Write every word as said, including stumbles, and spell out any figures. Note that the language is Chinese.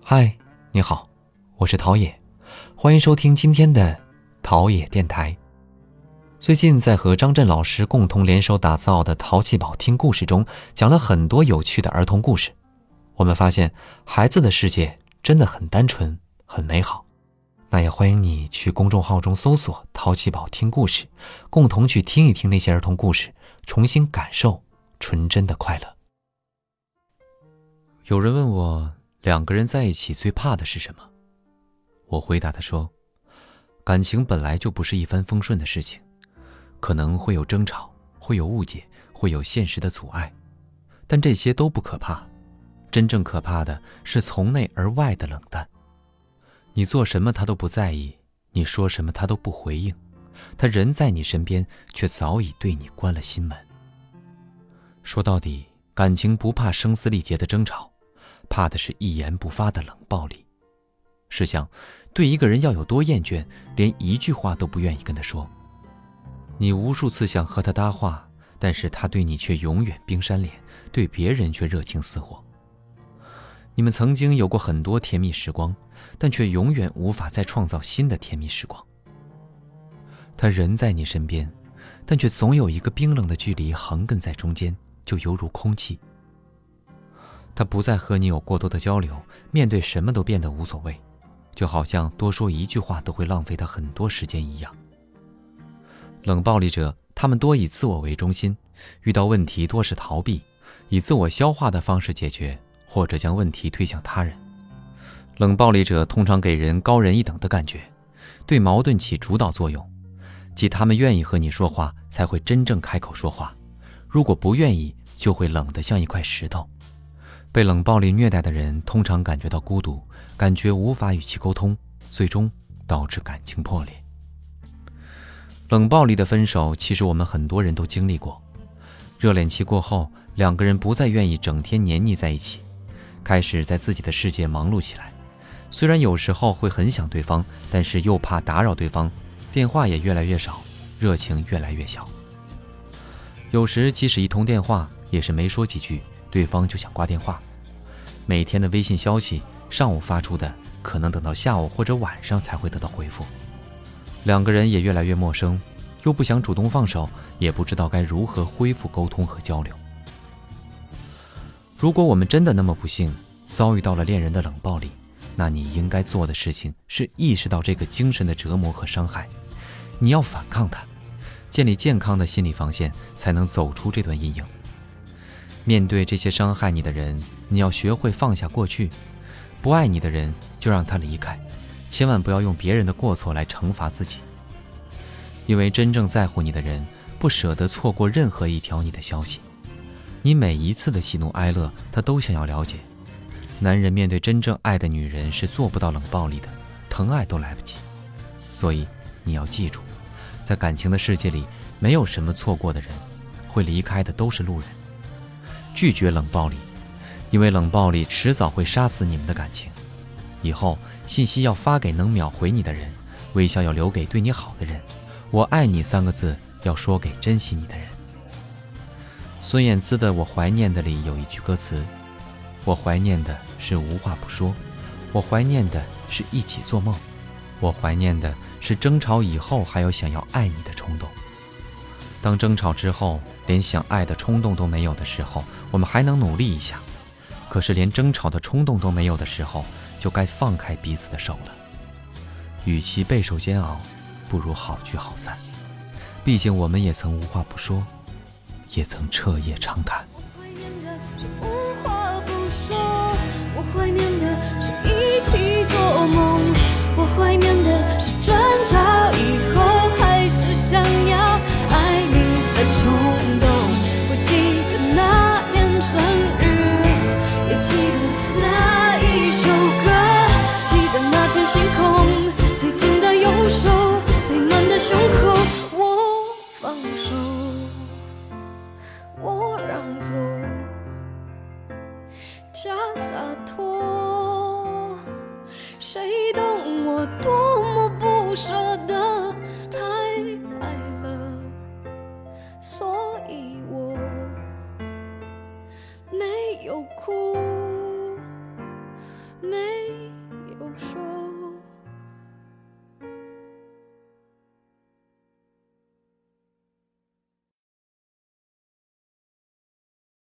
嗨，你好，我是陶冶，欢迎收听今天的陶冶电台。最近在和张震老师共同联手打造的淘气堡听故事中，讲了很多有趣的儿童故事。我们发现孩子的世界真的很单纯，很美好。那也欢迎你去公众号中搜索淘气堡听故事，共同去听一听那些儿童故事，重新感受纯真的快乐。有人问我，两个人在一起最怕的是什么？我回答他说，感情本来就不是一帆风顺的事情，可能会有争吵，会有误解，会有现实的阻碍，但这些都不可怕，真正可怕的是从内而外的冷淡。你做什么他都不在意，你说什么他都不回应，他人在你身边，却早已对你关了心门。说到底，感情不怕声嘶力竭的争吵，怕的是一言不发的冷暴力。试想，对一个人要有多厌倦，连一句话都不愿意跟他说。你无数次想和他搭话，但是他对你却永远冰山脸，对别人却热情似火。你们曾经有过很多甜蜜时光，但却永远无法再创造新的甜蜜时光。他人在你身边，但却总有一个冰冷的距离横亘在中间，就犹如空气。他不再和你有过多的交流，面对什么都变得无所谓，就好像多说一句话都会浪费他很多时间一样。冷暴力者，他们多以自我为中心，遇到问题多是逃避，以自我消化的方式解决，或者将问题推向他人。冷暴力者通常给人高人一等的感觉，对矛盾起主导作用，即他们愿意和你说话，才会真正开口说话，如果不愿意，就会冷得像一块石头。被冷暴力虐待的人通常感觉到孤独，感觉无法与其沟通，最终导致感情破裂。冷暴力的分手，其实我们很多人都经历过。热恋期过后，两个人不再愿意整天黏腻在一起，开始在自己的世界忙碌起来。虽然有时候会很想对方，但是又怕打扰对方，电话也越来越少，热情越来越小。有时即使一通电话，也是没说几句，对方就想挂电话。每天的微信消息，上午发出的，可能等到下午或者晚上才会得到回复。两个人也越来越陌生，又不想主动放手，也不知道该如何恢复沟通和交流。如果我们真的那么不幸，遭遇到了恋人的冷暴力，那你应该做的事情是意识到这个精神的折磨和伤害，你要反抗它，建立健康的心理防线，才能走出这段阴影。面对这些伤害你的人，你要学会放下过去，不爱你的人就让他离开，千万不要用别人的过错来惩罚自己。因为真正在乎你的人，不舍得错过任何一条你的消息，你每一次的喜怒哀乐，他都想要了解。男人面对真正爱的女人是做不到冷暴力的，疼爱都来不及。所以你要记住，在感情的世界里，没有什么错过的人，会离开的都是路人。拒绝冷暴力，因为冷暴力迟早会杀死你们的感情。以后信息要发给能秒回你的人，微笑要留给对你好的人，我爱你三个字要说给珍惜你的人。孙燕姿的《我怀念的》里有一句歌词，我怀念的是无话不说，我怀念的是一起做梦，我怀念的是争吵以后还有想要爱你的冲动。当争吵之后连想爱的冲动都没有的时候，我们还能努力一下，可是连争吵的冲动都没有的时候，就该放开彼此的手了。与其备受煎熬，不如好聚好散。毕竟我们也曾无话不说，也曾彻夜长谈。 我怀念的是一起做梦，我怀念的是争吵以后还是想要爱你的冲动。我记得那年生日，也记得那一首歌，记得那片星空，最近的右手，最暖的胸口。我放手，我让座，假洒脱，谁懂我多么不舍得，太爱了，所以我没有哭。